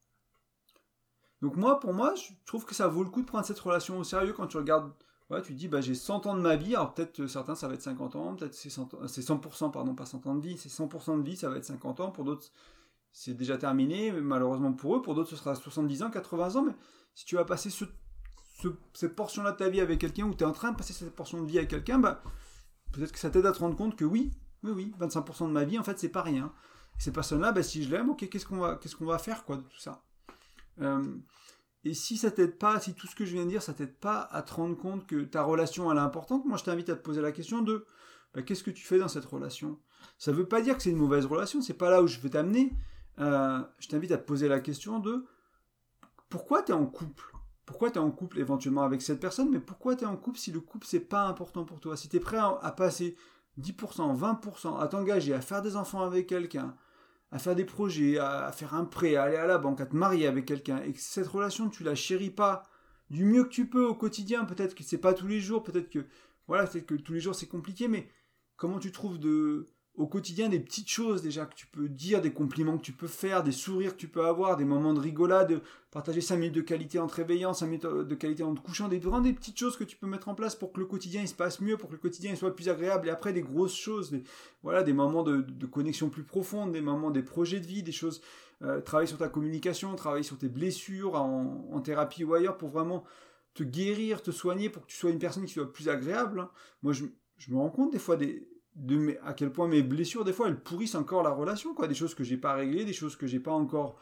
A: Donc moi, pour moi, je trouve que ça vaut le coup de prendre cette relation au sérieux quand tu regardes, ouais, tu te dis, bah j'ai cent ans de ma vie, alors peut-être certains ça va être cinquante ans, peut-être c'est cent, c'est cent pour cent, pardon, pas cent ans de vie, c'est cent pour cent de vie, ça va être cinquante ans, pour d'autres c'est déjà terminé, malheureusement pour eux, pour d'autres ce sera soixante-dix ans, quatre-vingts ans, mais si tu vas passer ce Ce, cette portion-là de ta vie avec quelqu'un, ou tu es en train de passer cette portion de vie avec quelqu'un, bah, peut-être que ça t'aide à te rendre compte que oui, oui, oui, vingt-cinq pour cent de ma vie, en fait, c'est pas rien. Et cette personne-là, bah, si je l'aime, ok, qu'est-ce qu'on va, qu'est-ce qu'on va faire, quoi, de tout ça euh, Et si ça t'aide pas, si tout ce que je viens de dire, ça t'aide pas à te rendre compte que ta relation, elle est importante, moi, je t'invite à te poser la question de, bah, qu'est-ce que tu fais dans cette relation ? Ça veut pas dire que c'est une mauvaise relation, c'est pas là où je vais t'amener. Euh, je t'invite à te poser la question de, pourquoi tu es en couple ? Pourquoi tu es en couple éventuellement avec cette personne, mais pourquoi tu es en couple si le couple c'est pas important pour toi ? Si tu es prêt à, à passer dix pour cent, vingt pour cent, à t'engager, à faire des enfants avec quelqu'un, à faire des projets, à, à faire un prêt, à aller à la banque, à te marier avec quelqu'un, et que cette relation tu la chéris pas du mieux que tu peux au quotidien, peut-être que c'est pas tous les jours, peut-être que voilà, peut-être que tous les jours c'est compliqué, mais comment tu trouves de au quotidien des petites choses déjà que tu peux dire, des compliments que tu peux faire, des sourires que tu peux avoir, des moments de rigolade, partager cinq minutes de qualité en te réveillant, cinq minutes de qualité en te couchant, des, vraiment des petites choses que tu peux mettre en place pour que le quotidien il se passe mieux, pour que le quotidien il soit plus agréable, et après des grosses choses, des, voilà, des moments de, de connexion plus profonde, des moments, des projets de vie, des choses, euh, travailler sur ta communication, travailler sur tes blessures en, en thérapie ou ailleurs pour vraiment te guérir, te soigner, pour que tu sois une personne qui soit plus agréable. Hein. Moi je, je me rends compte des fois des de mes, à quel point mes blessures des fois elles pourrissent encore la relation, quoi, des choses que j'ai pas réglées, des choses que j'ai pas encore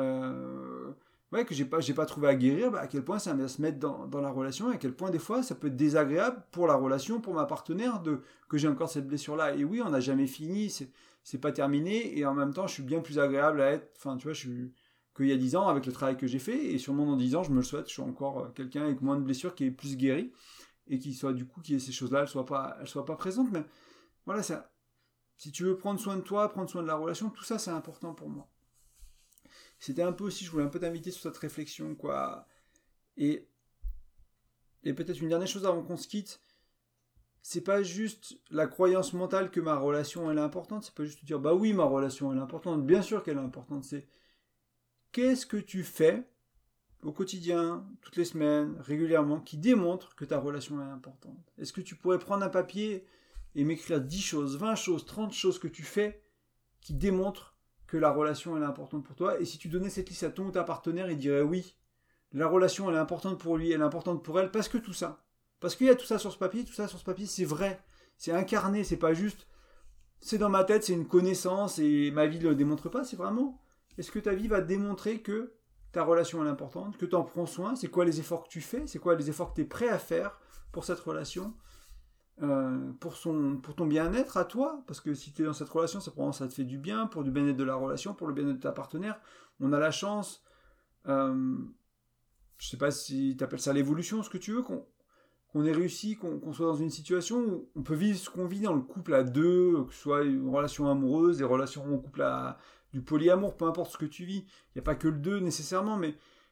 A: euh, ouais, que j'ai pas, j'ai pas trouvé à guérir, bah, à quel point ça va se mettre dans, dans la relation, et à quel point des fois ça peut être désagréable pour la relation, pour ma partenaire, de, que j'ai encore cette blessure là. Et oui, on n'a jamais fini, c'est, c'est pas terminé, et en même temps je suis bien plus agréable à être, enfin tu vois, je suis qu'il y a dix ans avec le travail que j'ai fait, et sûrement dans dix ans je me le souhaite, je suis encore quelqu'un avec moins de blessures qui est plus guéri, et qui soit du coup, qui ces choses là elles soient pas, elles soient pas présentes. Mais voilà, ça, si tu veux prendre soin de toi, prendre soin de la relation, tout ça c'est important pour moi. C'était un peu aussi, je voulais un peu t'inviter sur cette réflexion, quoi. Et, et peut-être une dernière chose avant qu'on se quitte, c'est pas juste la croyance mentale que ma relation elle est importante, c'est pas juste dire bah oui ma relation elle est importante, bien sûr qu'elle est importante, c'est qu'est-ce que tu fais au quotidien, toutes les semaines, régulièrement, qui démontre que ta relation est importante. Est-ce que tu pourrais prendre un papier et m'écrire dix choses, vingt choses, trente choses que tu fais qui démontrent que la relation elle est importante pour toi, et si tu donnais cette liste à ton ou ta partenaire, il dirait oui, la relation elle est importante pour lui, elle est importante pour elle, parce que tout ça, parce qu'il y a tout ça sur ce papier, tout ça sur ce papier c'est vrai, c'est incarné, c'est pas juste, c'est dans ma tête, c'est une connaissance et ma vie ne le démontre pas, c'est vraiment, est-ce que ta vie va démontrer que ta relation elle est importante, que tu en prends soin, c'est quoi les efforts que tu fais, c'est quoi les efforts que tu es prêt à faire pour cette relation, Euh, pour, son, pour ton bien-être à toi, parce que si tu es dans cette relation, ça, ça te fait du bien, pour du bien-être de la relation, pour le bien-être de ta partenaire. On a la chance, euh, je sais pas si tu appelles ça l'évolution, ce que tu veux, qu'on, qu'on ait réussi, qu'on, qu'on soit dans une situation où on peut vivre ce qu'on vit dans le couple à deux, que ce soit une relation amoureuse, des relations en couple à du polyamour, peu importe ce que tu vis, il n'y a pas que le deux nécessairement, mais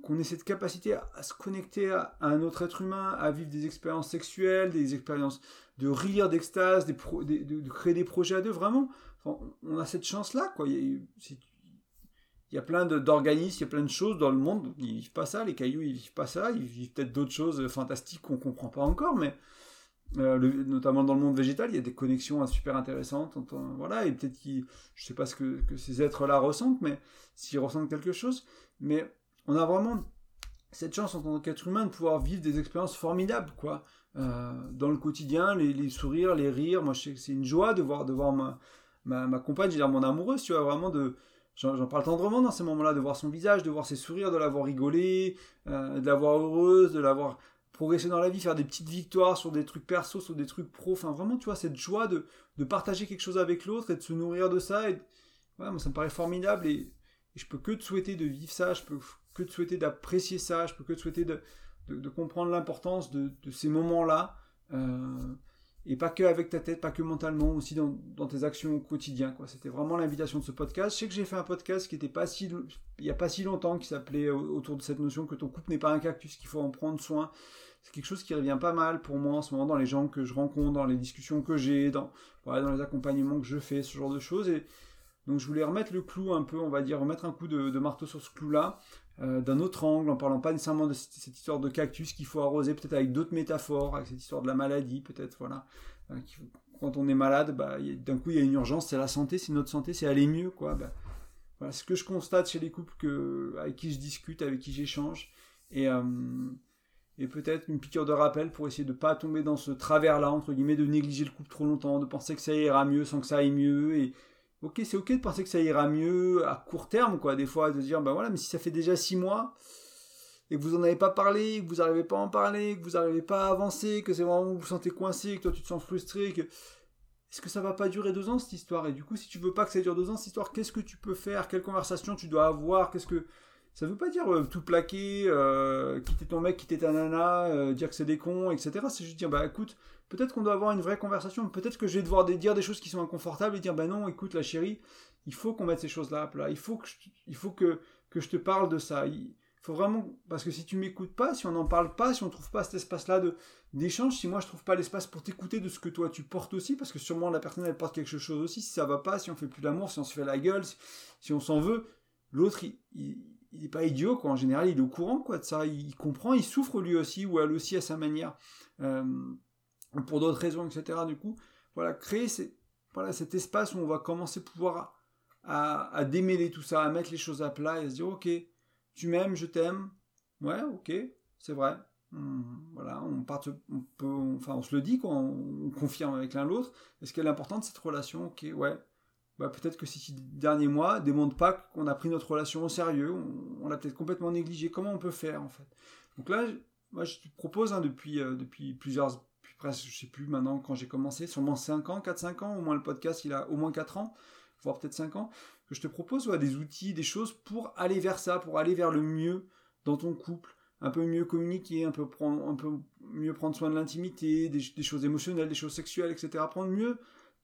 A: qu'on ait cette capacité à, à se connecter à, à un autre être humain, à vivre des expériences sexuelles, des expériences de rire, d'extase, des pro, des, de, de créer des projets à deux, vraiment. Enfin, on a cette chance-là, quoi. Il y a, c'est, il y a plein de, d'organismes, il y a plein de choses dans le monde, ils vivent pas ça, les cailloux, ils vivent pas ça, ils vivent peut-être d'autres choses fantastiques qu'on comprend pas encore, mais euh, le, notamment dans le monde végétal, il y a des connexions super intéressantes, voilà, et peut-être qu'ils, je sais pas ce que, que ces êtres-là ressentent, mais s'ils ressentent quelque chose, mais on a vraiment cette chance en tant qu'être humain de pouvoir vivre des expériences formidables, quoi, euh, dans le quotidien, les, les sourires, les rires, moi je sais que c'est une joie de voir, de voir ma, ma, ma compagne, je veux dire mon amoureuse, tu vois, vraiment de... J'en, j'en parle tendrement dans ces moments-là, de voir son visage, de voir ses sourires, de la voir rigoler, euh, de la voir heureuse, de la voir progresser dans la vie, faire des petites victoires sur des trucs perso, sur des trucs pro, enfin vraiment, tu vois, cette joie de, de partager quelque chose avec l'autre et de se nourrir de ça, et ouais, moi ça me paraît formidable, et, et je peux que te souhaiter de vivre ça, je peux que te souhaiter d'apprécier ça, je peux que te souhaiter de, de, de comprendre l'importance de, de ces moments-là, euh, et pas que avec ta tête, pas que mentalement, aussi dans, dans tes actions au quotidien, quoi. C'était vraiment l'invitation de ce podcast. Je sais que j'ai fait un podcast qui était pas si, il n'y a pas si longtemps, qui s'appelait autour de cette notion que ton couple n'est pas un cactus, qu'il faut en prendre soin. C'est quelque chose qui revient pas mal pour moi en ce moment dans les gens que je rencontre, dans les discussions que j'ai, dans, voilà, dans les accompagnements que je fais, ce genre de choses. Et donc je voulais remettre le clou un peu, on va dire, remettre un coup de, de marteau sur ce clou-là, euh, d'un autre angle, en parlant pas nécessairement de cette, cette histoire de cactus qu'il faut arroser, peut-être avec d'autres métaphores, avec cette histoire de la maladie, peut-être, voilà. Euh, quand on est malade, bah, y a, d'un coup il y a une urgence, c'est la santé, c'est notre santé, c'est aller mieux, quoi. Bah, voilà, ce que je constate chez les couples que, avec qui je discute, avec qui j'échange, et, euh, et peut-être une piqûre de rappel pour essayer de ne pas tomber dans ce travers-là, entre guillemets, de négliger le couple trop longtemps, de penser que ça ira mieux sans que ça aille mieux, et ok, c'est ok de penser que ça ira mieux à court terme, quoi, des fois, de se dire, ben voilà, mais si ça fait déjà six mois, et que vous n'en avez pas parlé, que vous n'arrivez pas à en parler, que vous n'arrivez pas à avancer, que c'est vraiment vous vous sentez coincé, que toi tu te sens frustré, que... est-ce que ça va pas durer deux ans cette histoire? Et du coup, si tu veux pas que ça dure deux ans cette histoire, qu'est-ce que tu peux faire? Quelle conversation tu dois avoir? Qu'est-ce que... Ça veut pas dire euh, tout plaquer, euh, quitter ton mec, quitter ta nana, euh, dire que c'est des cons, et cetera. C'est juste dire, bah écoute, peut-être qu'on doit avoir une vraie conversation, peut-être que je vais devoir dire des choses qui sont inconfortables et dire, bah non, écoute, la chérie, il faut qu'on mette ces choses-là à plat, il faut que je, il faut que, que je te parle de ça. Il faut vraiment, parce que si tu m'écoutes pas, si on n'en parle pas, si on trouve pas cet espace-là de, d'échange, si moi je trouve pas l'espace pour t'écouter de ce que toi tu portes aussi, parce que sûrement la personne elle porte quelque chose aussi, si ça va pas, si on fait plus l'amour, si on se fait la gueule, si, si on s'en veut, l'autre il, il il n'est pas idiot, quoi. En général, il est au courant, quoi, de ça. Il comprend, il souffre lui aussi, ou elle aussi à sa manière, euh, pour d'autres raisons, et cetera. Du coup, voilà, créer ces, voilà, cet espace où on va commencer à pouvoir à, à démêler tout ça, à mettre les choses à plat et à se dire, ok, tu m'aimes, je t'aime, ouais, ok, c'est vrai. Hum, voilà, on part, on peut, on, enfin, on se le dit, quoi, on, on confirme avec l'un l'autre. Est-ce qu'elle est importante cette relation? Ok, ouais. Bah, peut-être que ces derniers mois ne démontrent pas qu'on a pris notre relation au sérieux, on, on l'a peut-être complètement négligé. Comment on peut faire, en fait? Donc là, moi, je te propose, hein, depuis, euh, depuis plusieurs, depuis presque, je sais plus maintenant quand j'ai commencé, sûrement cinq ans, quatre cinq ans, au moins le podcast, il a au moins quatre ans, voire peut-être cinq ans, que je te propose ouais, des outils, des choses pour aller vers ça, pour aller vers le mieux dans ton couple, un peu mieux communiquer, un peu, prendre, un peu mieux prendre soin de l'intimité, des, des choses émotionnelles, des choses sexuelles, et cetera. Prendre mieux...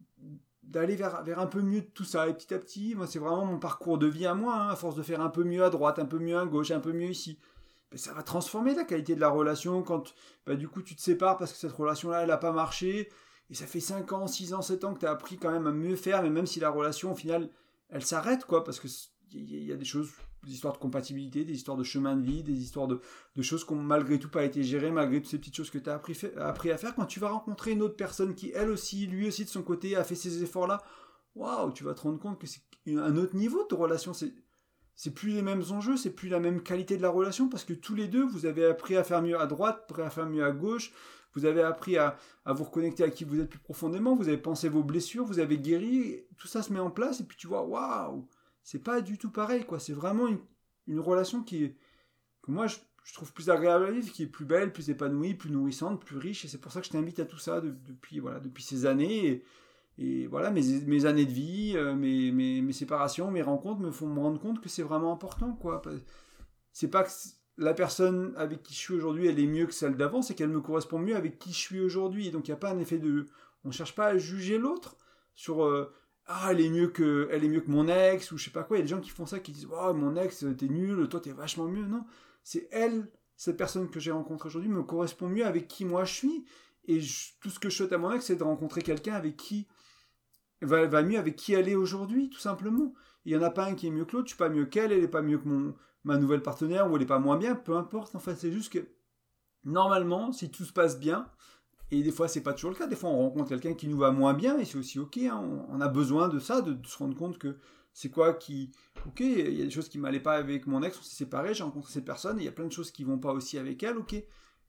A: d'aller vers, vers un peu mieux de tout ça, et petit à petit, moi c'est vraiment mon parcours de vie à moi, hein, à force de faire un peu mieux à droite, un peu mieux à gauche, un peu mieux ici, ben, ça va transformer la qualité de la relation, quand ben, du coup tu te sépares parce que cette relation-là, elle n'a pas marché, et ça fait cinq ans, six ans, sept ans que tu as appris quand même à mieux faire, mais même si la relation, au final, elle s'arrête, quoi, parce que il y a des choses, des histoires de compatibilité, des histoires de chemin de vie, des histoires de, de choses qui ont malgré tout pas été gérées, malgré toutes ces petites choses que tu as appris, fait, appris à faire. Quand tu vas rencontrer une autre personne qui, elle aussi, lui aussi de son côté, a fait ces efforts-là, waouh, tu vas te rendre compte que c'est un autre niveau de relation. C'est, c'est plus les mêmes enjeux, c'est plus la même qualité de la relation, parce que tous les deux, vous avez appris à faire mieux à droite, appris à faire mieux à gauche, vous avez appris à, à vous reconnecter à qui vous êtes plus profondément, vous avez pensé vos blessures, vous avez guéri, tout ça se met en place, et puis tu vois, waouh, c'est pas du tout pareil, quoi. C'est vraiment une, une relation qui est, que moi, je, je trouve plus agréable à vivre, qui est plus belle, plus épanouie, plus nourrissante, plus riche, et c'est pour ça que je t'invite à tout ça de, depuis, voilà, depuis ces années, et, et voilà, mes, mes années de vie, euh, mes, mes, mes séparations, mes rencontres me font me rendre compte que c'est vraiment important, quoi. C'est pas que la personne avec qui je suis aujourd'hui, elle est mieux que celle d'avant, c'est qu'elle me correspond mieux avec qui je suis aujourd'hui, et donc il n'y a pas un effet de... On cherche pas à juger l'autre sur... Euh, ah, elle est mieux que, elle est mieux que mon ex, ou je sais pas quoi. Il y a des gens qui font ça, qui disent, oh, mon ex, t'es nul, toi, t'es vachement mieux. Non, c'est elle, cette personne que j'ai rencontrée aujourd'hui, me correspond mieux avec qui moi je suis. Et je, tout ce que je souhaite à mon ex, c'est de rencontrer quelqu'un avec qui, va, va mieux avec qui elle est aujourd'hui, tout simplement. Il y en a pas un qui est mieux que l'autre, je suis pas mieux qu'elle, elle est pas mieux que mon, ma nouvelle partenaire, ou elle est pas moins bien, peu importe. En fait, c'est juste que, normalement, si tout se passe bien, et des fois, c'est pas toujours le cas. Des fois, on rencontre quelqu'un qui nous va moins bien, et c'est aussi ok. Hein. On, on a besoin de ça, de, de se rendre compte que c'est quoi qui... Ok, il y a des choses qui m'allaient pas avec mon ex, on s'est séparés, j'ai rencontré cette personne, et il y a plein de choses qui vont pas aussi avec elle, ok.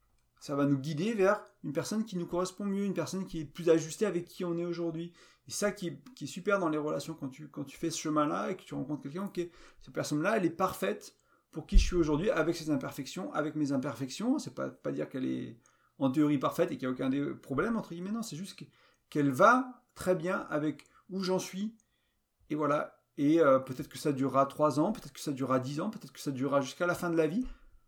A: Ça va nous guider vers une personne qui nous correspond mieux, une personne qui est plus ajustée avec qui on est aujourd'hui. Et ça qui est, qui est super dans les relations, quand tu, quand tu fais ce chemin-là, et que tu rencontres quelqu'un, ok, cette personne-là, elle est parfaite pour qui je suis aujourd'hui, avec ses imperfections, avec mes imperfections. C'est pas, pas dire qu'elle est en théorie parfaite et qu'il n'y a aucun des problèmes, entre guillemets, non, c'est juste qu'elle va très bien avec où j'en suis, et voilà, et euh, peut-être que ça durera trois ans, peut-être que ça durera dix ans, peut-être que ça durera jusqu'à la fin de la vie,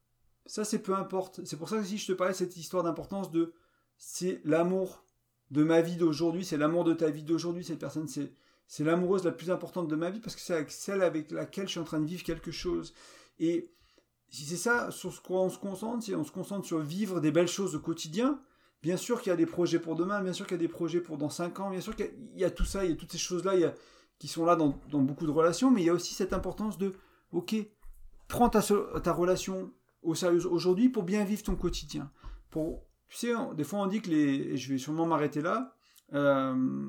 A: ça c'est peu importe, c'est pour ça que si je te parlais de cette histoire d'importance de, c'est l'amour de ma vie d'aujourd'hui, c'est l'amour de ta vie d'aujourd'hui, cette personne, c'est, c'est l'amoureuse la plus importante de ma vie, parce que c'est celle avec laquelle je suis en train de vivre quelque chose, et si c'est ça sur ce quoi on se concentre, si on se concentre sur vivre des belles choses au quotidien, bien sûr qu'il y a des projets pour demain, bien sûr qu'il y a des projets pour dans cinq ans, bien sûr qu'il y a, il y a tout ça, il y a toutes ces choses-là il y a, qui sont là dans, dans beaucoup de relations, mais il y a aussi cette importance de, ok, prends ta, ta relation au sérieux aujourd'hui pour bien vivre ton quotidien. Pour, tu sais, on, des fois on dit que les, et je vais sûrement m'arrêter là, euh,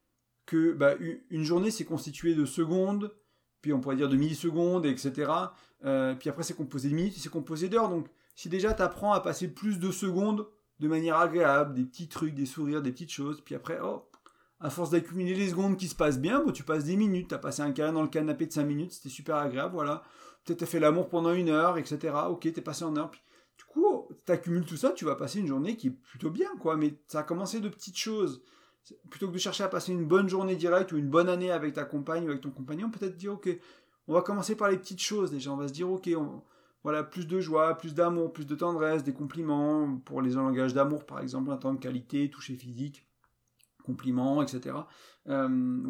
A: que bah, une journée c'est constitué de secondes, puis on pourrait dire de millisecondes, et cetera. Euh, puis après, c'est composé de minutes et c'est composé d'heures. Donc, si déjà tu apprends à passer plus de secondes de manière agréable, des petits trucs, des sourires, des petites choses, puis après, oh, à force d'accumuler les secondes qui se passent bien, bon, tu passes des minutes. Tu as passé un câlin dans le canapé de cinq minutes, c'était super agréable, voilà. Peut-être tu as fait l'amour pendant une heure, et cetera. Ok, tu es passé en heure. Puis, du coup, tu accumules tout ça, tu vas passer une journée qui est plutôt bien, quoi. Mais ça a commencé de petites choses. Plutôt que de chercher à passer une bonne journée directe ou une bonne année avec ta compagne ou avec ton compagnon, peut-être dire, ok, on va commencer par les petites choses déjà. On va se dire, ok, on, voilà, plus de joie, plus d'amour, plus de tendresse, des compliments pour les langages d'amour, par exemple, un temps de qualité, toucher physique, compliments, et cetera. Euh,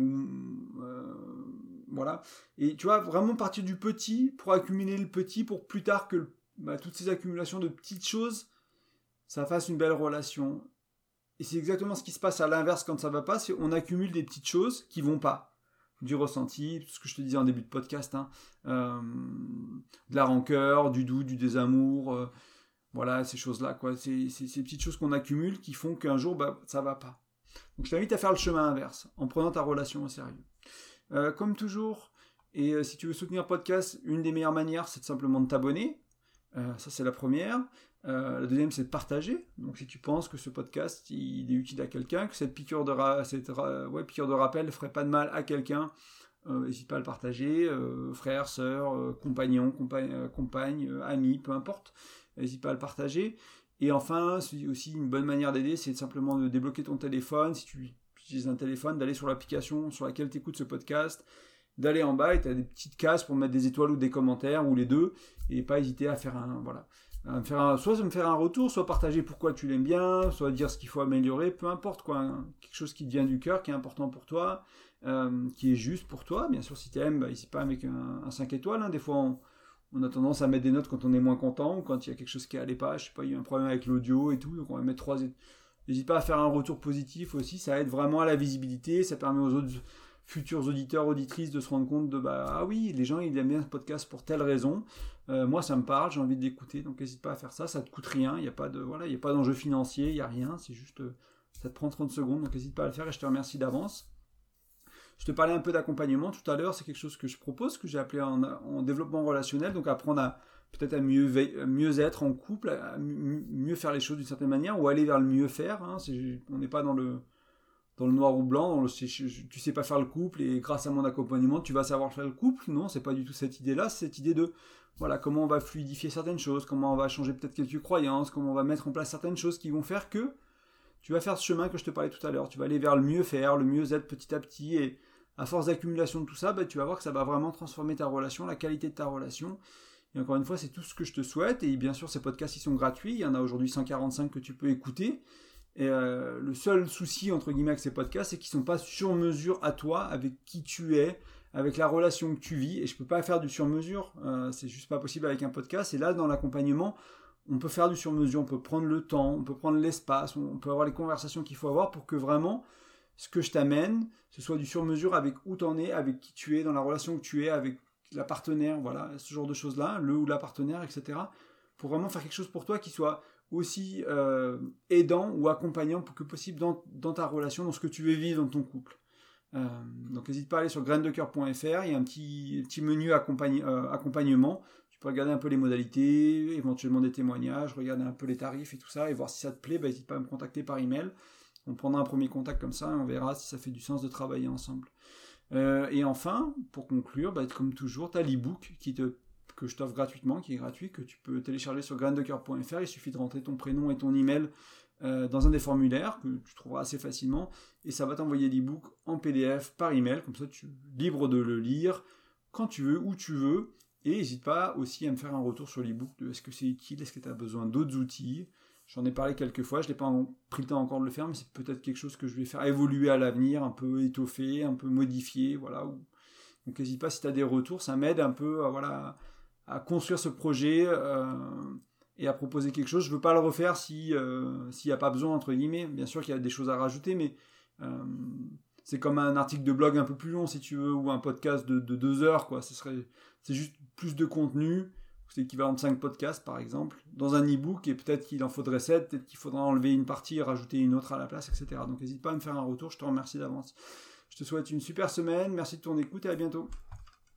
A: euh, voilà. Et tu vois, vraiment partir du petit pour accumuler le petit pour plus tard que bah, toutes ces accumulations de petites choses, ça fasse une belle relation. Et c'est exactement ce qui se passe à l'inverse quand ça va pas, c'est on accumule des petites choses qui vont pas. Du ressenti, tout ce que je te disais en début de podcast, hein, euh, de la rancœur, du doute, du désamour, euh, voilà, ces choses-là, quoi. C'est, c'est ces petites choses qu'on accumule qui font qu'un jour, bah, ça va pas. Donc je t'invite à faire le chemin inverse, en prenant ta relation au sérieux. Euh, comme toujours, et euh, si tu veux soutenir le podcast, une des meilleures manières, c'est de simplement de t'abonner. Euh, ça, c'est la première. Euh, la deuxième, c'est de partager. Donc, si tu penses que ce podcast, il est utile à quelqu'un, que cette piqûre de, ra- cette ra- ouais, piqûre de rappel ne ferait pas de mal à quelqu'un, euh, n'hésite pas à le partager. Euh, frère, sœur, euh, compagnon, compagne, euh, compagne euh, ami, peu importe. N'hésite pas à le partager. Et enfin, c'est aussi une bonne manière d'aider, c'est simplement de débloquer ton téléphone. Si tu utilises un téléphone, d'aller sur l'application sur laquelle tu écoutes ce podcast, d'aller en bas et tu as des petites cases pour mettre des étoiles ou des commentaires, ou les deux, et pas hésiter à faire un... Voilà. À me faire un, soit me faire un retour, soit partager pourquoi tu l'aimes bien, soit dire ce qu'il faut améliorer, peu importe quoi, hein, quelque chose qui te vient du cœur, qui est important pour toi, euh, qui est juste pour toi. Bien sûr, si tu aimes, bah, n'hésite pas avec un, un cinq étoiles. Hein. Des fois, on, on a tendance à mettre des notes quand on est moins content, ou quand il y a quelque chose qui n'allait pas, je sais pas, il y a eu un problème avec l'audio et tout, donc on va mettre trois étoiles. N'hésite pas à faire un retour positif aussi, ça aide vraiment à la visibilité, ça permet aux autres futurs auditeurs, auditrices de se rendre compte de bah ah oui, les gens ils aiment bien ce podcast pour telle raison. Euh, moi ça me parle, j'ai envie d'écouter, donc n'hésite pas à faire ça, ça te coûte rien, il n'y a pas de voilà, il y a pas d'enjeu financier, il y a rien, c'est juste euh, ça te prend trente secondes, donc n'hésite pas à le faire et je te remercie d'avance. Je te parlais un peu d'accompagnement tout à l'heure, c'est quelque chose que je propose, que j'ai appelé en, en développement relationnel, donc apprendre à peut-être à mieux, ve- mieux être en couple, à mieux faire les choses d'une certaine manière, ou aller vers le mieux faire. Hein, c'est, on n'est pas dans le, dans le noir ou blanc, dans le, tu sais pas faire le couple, et grâce à mon accompagnement, tu vas savoir faire le couple. Non, c'est pas du tout cette idée-là, c'est cette idée de voilà, comment on va fluidifier certaines choses, comment on va changer peut-être quelques croyances, comment on va mettre en place certaines choses qui vont faire que tu vas faire ce chemin que je te parlais tout à l'heure, tu vas aller vers le mieux faire, le mieux être petit à petit, et à force d'accumulation de tout ça, bah, tu vas voir que ça va vraiment transformer ta relation, la qualité de ta relation. Et encore une fois, c'est tout ce que je te souhaite. Et bien sûr, ces podcasts, ils sont gratuits. Il y en a aujourd'hui cent quarante-cinq que tu peux écouter. Et euh, le seul souci, entre guillemets, avec ces podcasts, c'est qu'ils ne sont pas sur mesure à toi, avec qui tu es, avec la relation que tu vis. Et je ne peux pas faire du sur-mesure. Euh, c'est juste pas possible avec un podcast. Et là, dans l'accompagnement, on peut faire du sur-mesure. On peut prendre le temps, on peut prendre l'espace, on peut avoir les conversations qu'il faut avoir pour que vraiment, ce que je t'amène, ce soit du sur-mesure avec où tu en es, avec qui tu es, dans la relation que tu es, avec la partenaire, voilà, ce genre de choses-là, le ou la partenaire, et cetera. Pour vraiment faire quelque chose pour toi qui soit aussi euh, aidant ou accompagnant pour que possible dans, dans ta relation, dans ce que tu veux vivre dans ton couple. Euh, donc n'hésite pas à aller sur graines de coeur point f r, il y a un petit, petit menu accompagne, euh, accompagnement, tu peux regarder un peu les modalités, éventuellement des témoignages, regarder un peu les tarifs et tout ça, et voir si ça te plaît, bah, n'hésite pas à me contacter par email, on prendra un premier contact comme ça et on verra si ça fait du sens de travailler ensemble. Euh, et enfin, pour conclure, bah, comme toujours, tu as l'e-book qui te que je t'offre gratuitement, qui est gratuit, que tu peux télécharger sur graines de coeur point f r. Il suffit de rentrer ton prénom et ton email euh, dans un des formulaires que tu trouveras assez facilement et ça va t'envoyer l'e-book en P D F par email, comme ça tu es libre de le lire quand tu veux, où tu veux. Et n'hésite pas aussi à me faire un retour sur l'e-book de est-ce que c'est utile, est-ce que tu as besoin d'autres outils. J'en ai parlé quelques fois, je n'ai pas pris le temps encore de le faire, mais c'est peut-être quelque chose que je vais faire évoluer à l'avenir, un peu étoffé, un peu modifié, voilà. Donc n'hésite pas si tu as des retours, ça m'aide un peu à, voilà, à construire ce projet euh, et à proposer quelque chose. Je ne veux pas le refaire si, euh, s'il n'y a pas besoin, entre guillemets. Bien sûr qu'il y a des choses à rajouter, mais euh, c'est comme un article de blog un peu plus long, si tu veux, ou un podcast de, de deux heures, quoi. Ce serait, c'est juste plus de contenu. C'est l'équivalent de cinq podcasts, par exemple, dans un e-book, et peut-être qu'il en faudrait sept, peut-être qu'il faudra enlever une partie et rajouter une autre à la place, et cetera. Donc n'hésite pas à me faire un retour, je te remercie d'avance. Je te souhaite une super semaine, merci de ton écoute et à bientôt.